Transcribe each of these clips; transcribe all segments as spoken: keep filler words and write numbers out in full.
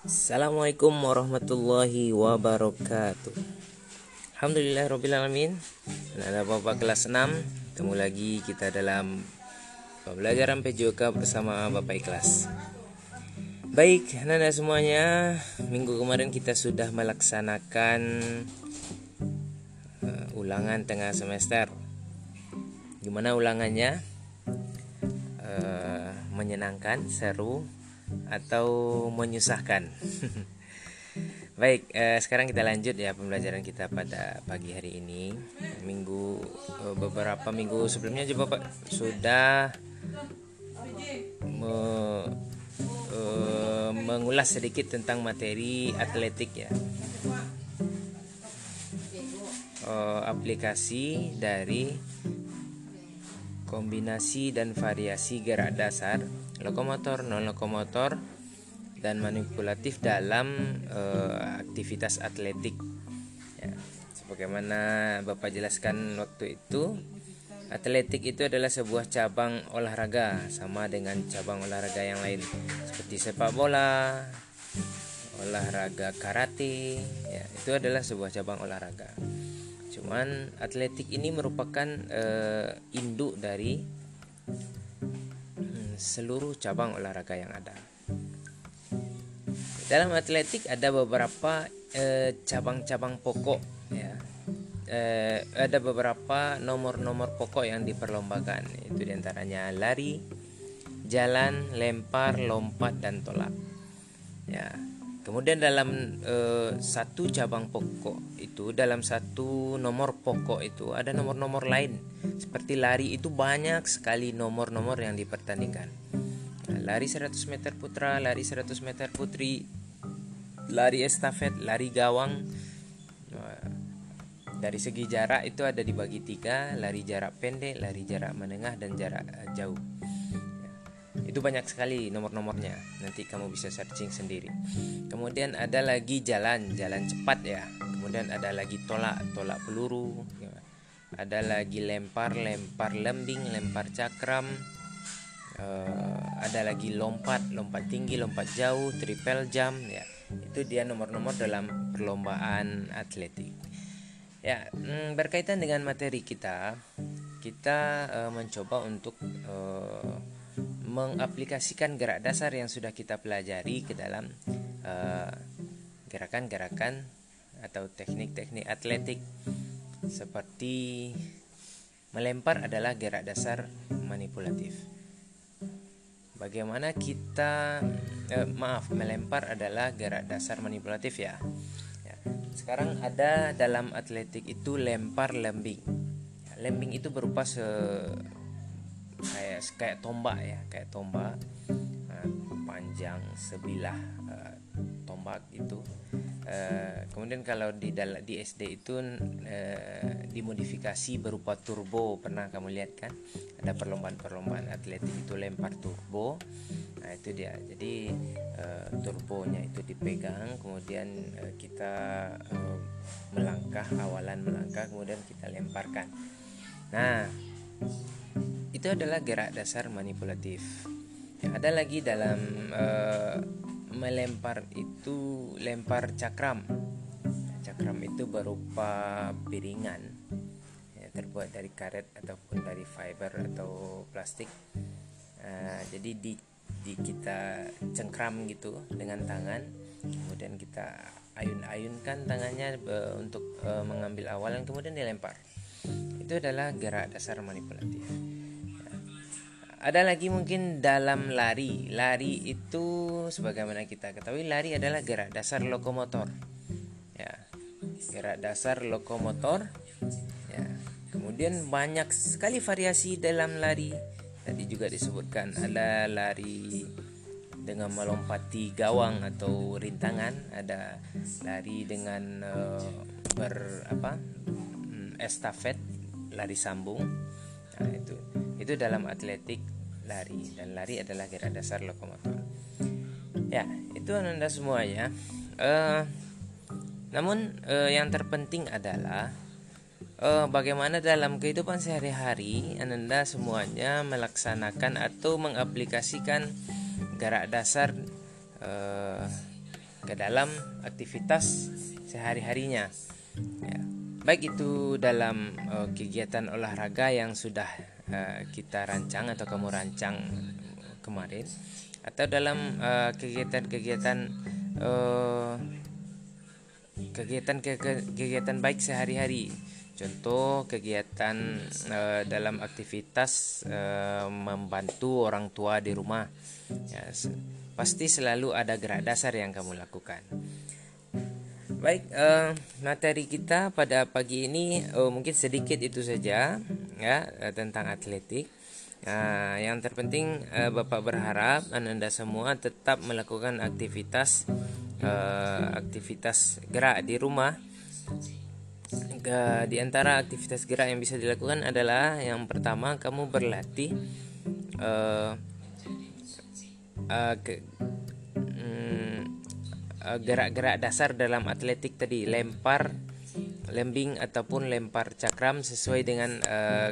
Assalamualaikum warahmatullahi wabarakatuh. Alhamdulillahirrabbilalamin. Anak Bapak kelas enam, ketemu lagi kita dalam pembelajaran P J O K bersama Bapak Ikhlas. Baik, anak-anak semuanya, minggu kemarin kita sudah melaksanakan uh, ulangan tengah semester. Gimana ulangannya? Uh, menyenangkan, seru, atau menyusahkan? Baik, eh, sekarang kita lanjut ya pembelajaran kita pada pagi hari ini. Minggu eh, beberapa minggu sebelumnya juga Bapak sudah me, eh, mengulas sedikit tentang materi atletik ya. Eh, aplikasi dari kombinasi dan variasi gerak dasar, lokomotor, non lokomotor, dan manipulatif dalam uh, aktivitas atletik ya. Sebagaimana Bapak jelaskan waktu itu, atletik itu adalah sebuah cabang olahraga sama dengan cabang olahraga yang lain seperti sepak bola, olahraga karate ya, itu adalah sebuah cabang olahraga. Cuman atletik ini merupakan uh, induk dari hmm, seluruh cabang olahraga yang ada. Dalam atletik ada beberapa eh, cabang-cabang pokok ya. Eh, ada beberapa nomor-nomor pokok yang diperlombakan. Itu diantaranya lari, jalan, lempar, lompat, dan tolak. Ya. Kemudian dalam eh, satu cabang pokok itu, dalam satu nomor pokok itu ada nomor-nomor lain. Seperti lari itu banyak sekali nomor-nomor yang dipertandingkan. Lari seratus meter putra, lari seratus meter putri, lari estafet, lari gawang. Dari segi jarak itu ada dibagi tiga: lari jarak pendek, lari jarak menengah, dan jarak jauh. Itu banyak sekali nomor-nomornya. Nanti kamu bisa searching sendiri. Kemudian ada lagi jalan, jalan cepat ya. Kemudian ada lagi tolak, tolak peluru. Ada lagi lempar, lempar lembing, lempar cakram. Uh, ada lagi lompat, lompat tinggi, lompat jauh, triple jump ya. Itu dia nomor-nomor dalam perlombaan atletik. Ya, mm, berkaitan dengan materi kita, kita uh, mencoba untuk uh, mengaplikasikan gerak dasar yang sudah kita pelajari ke dalam uh, gerakan-gerakan atau teknik-teknik atletik. Seperti melempar adalah gerak dasar manipulatif. Bagaimana kita eh, maaf melempar adalah gerak dasar manipulatif ya. Ya. Sekarang ada dalam atletik itu lempar lembing. Ya, lembing itu berupa se kayak kayak tombak ya, kayak tombak uh, panjang sebilah uh, tombak itu. Uh, kemudian kalau di dal- di S D itu uh, dimodifikasi berupa turbo, pernah kamu lihat kan? Ada perlombaan-perlombaan atletik itu lempar turbo. Nah itu dia. Jadi uh, turbonya itu dipegang, kemudian uh, kita uh, melangkah, awalan melangkah, kemudian kita lemparkan. Nah itu adalah gerak dasar manipulatif. Ada lagi dalam uh, melempar itu lempar cakram. Cakram itu berupa piringan ya, terbuat dari karet ataupun dari fiber atau plastik. Uh, jadi di, di kita cengkram gitu dengan tangan, kemudian kita ayun-ayunkan tangannya uh, untuk uh, mengambil awalan, kemudian dilempar. Itu adalah gerak dasar manipulatif. Ada lagi mungkin dalam lari. Lari itu sebagaimana kita ketahui, lari adalah gerak dasar lokomotor. Ya, gerak dasar lokomotor. Ya. Kemudian banyak sekali variasi dalam lari. Tadi juga disebutkan ada lari dengan melompati gawang atau rintangan, ada lari dengan uh, ber apa? estafet, lari sambung. Nah, itu itu dalam atletik lari, dan lari adalah gerak dasar lokomotor. Ya, itu Anda semuanya. Uh, namun uh, yang terpenting adalah uh, bagaimana dalam kehidupan sehari-hari Anda semuanya melaksanakan atau mengaplikasikan gerak dasar uh, ke dalam aktivitas sehari-harinya. Ya. Baik itu dalam uh, kegiatan olahraga yang sudah uh, kita rancang atau kamu rancang kemarin, atau dalam uh, kegiatan-kegiatan uh, kegiatan kegiatan baik sehari-hari. Contoh kegiatan uh, dalam aktivitas uh, membantu orang tua di rumah. Ya, pasti selalu ada gerak dasar yang kamu lakukan. Baik, uh, materi kita pada pagi ini uh, mungkin sedikit itu saja ya uh, tentang atletik. Uh, yang terpenting uh, Bapak berharap Anda semua tetap melakukan aktivitas uh, aktivitas gerak di rumah. Uh, di antara aktivitas gerak yang bisa dilakukan adalah yang pertama, kamu berlatih uh, uh, ke, gerak-gerak dasar dalam atletik tadi, lempar, lembing ataupun lempar cakram sesuai dengan uh,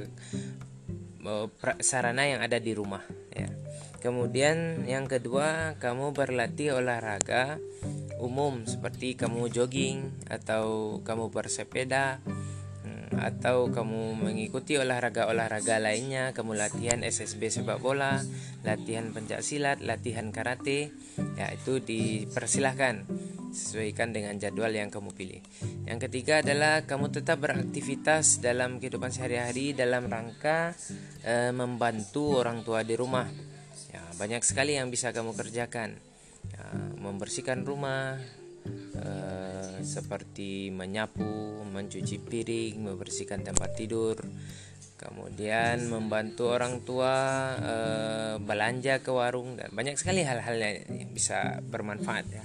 sarana yang ada di rumah ya. Kemudian yang kedua, kamu berlatih olahraga umum seperti kamu jogging atau kamu bersepeda, atau kamu mengikuti olahraga-olahraga lainnya, kamu latihan S S B sepak bola, latihan pencak silat, latihan karate, ya itu dipersilahkan, sesuaikan dengan jadwal yang kamu pilih. Yang ketiga adalah kamu tetap beraktivitas dalam kehidupan sehari-hari dalam rangka e, membantu orang tua di rumah. Ya, banyak sekali yang bisa kamu kerjakan, ya, membersihkan rumah, Uh, seperti menyapu, mencuci piring, membersihkan tempat tidur, kemudian membantu orang tua uh, belanja ke warung, dan banyak sekali hal-hal yang bisa bermanfaat ya.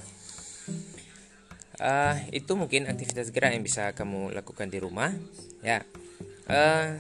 Uh, itu mungkin aktivitas gerak yang bisa kamu lakukan di rumah ya. Uh,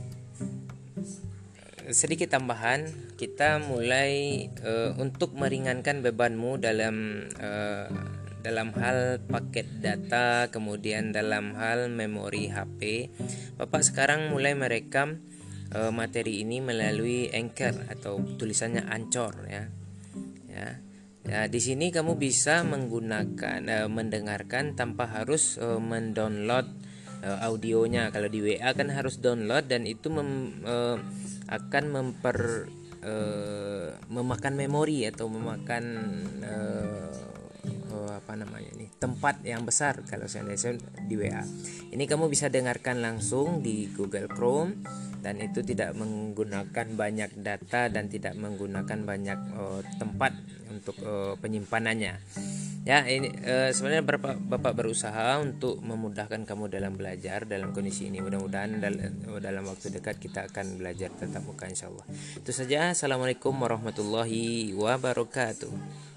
sedikit tambahan, kita mulai uh, untuk meringankan bebanmu dalam uh, dalam hal paket data, kemudian dalam hal memori H P. Bapak sekarang mulai merekam uh, materi ini melalui Anchor atau tulisannya Anchor ya. Ya. Ya, di sini kamu bisa menggunakan uh, mendengarkan tanpa harus uh, mendownload uh, audionya. Kalau di W A kan harus download, dan itu mem, uh, akan memper uh, memakan memori atau memakan uh, Oh, apa namanya ini tempat yang besar kalau saya di W A. Ini kamu bisa dengarkan langsung di Google Chrome, dan itu tidak menggunakan banyak data dan tidak menggunakan banyak uh, tempat untuk uh, penyimpanannya. Ya, ini uh, sebenarnya Bapak, Bapak berusaha untuk memudahkan kamu dalam belajar dalam kondisi ini. Mudah-mudahan dalam, dalam waktu dekat kita akan belajar tatap muka, insyaallah. Itu saja. Assalamualaikum warahmatullahi wabarakatuh.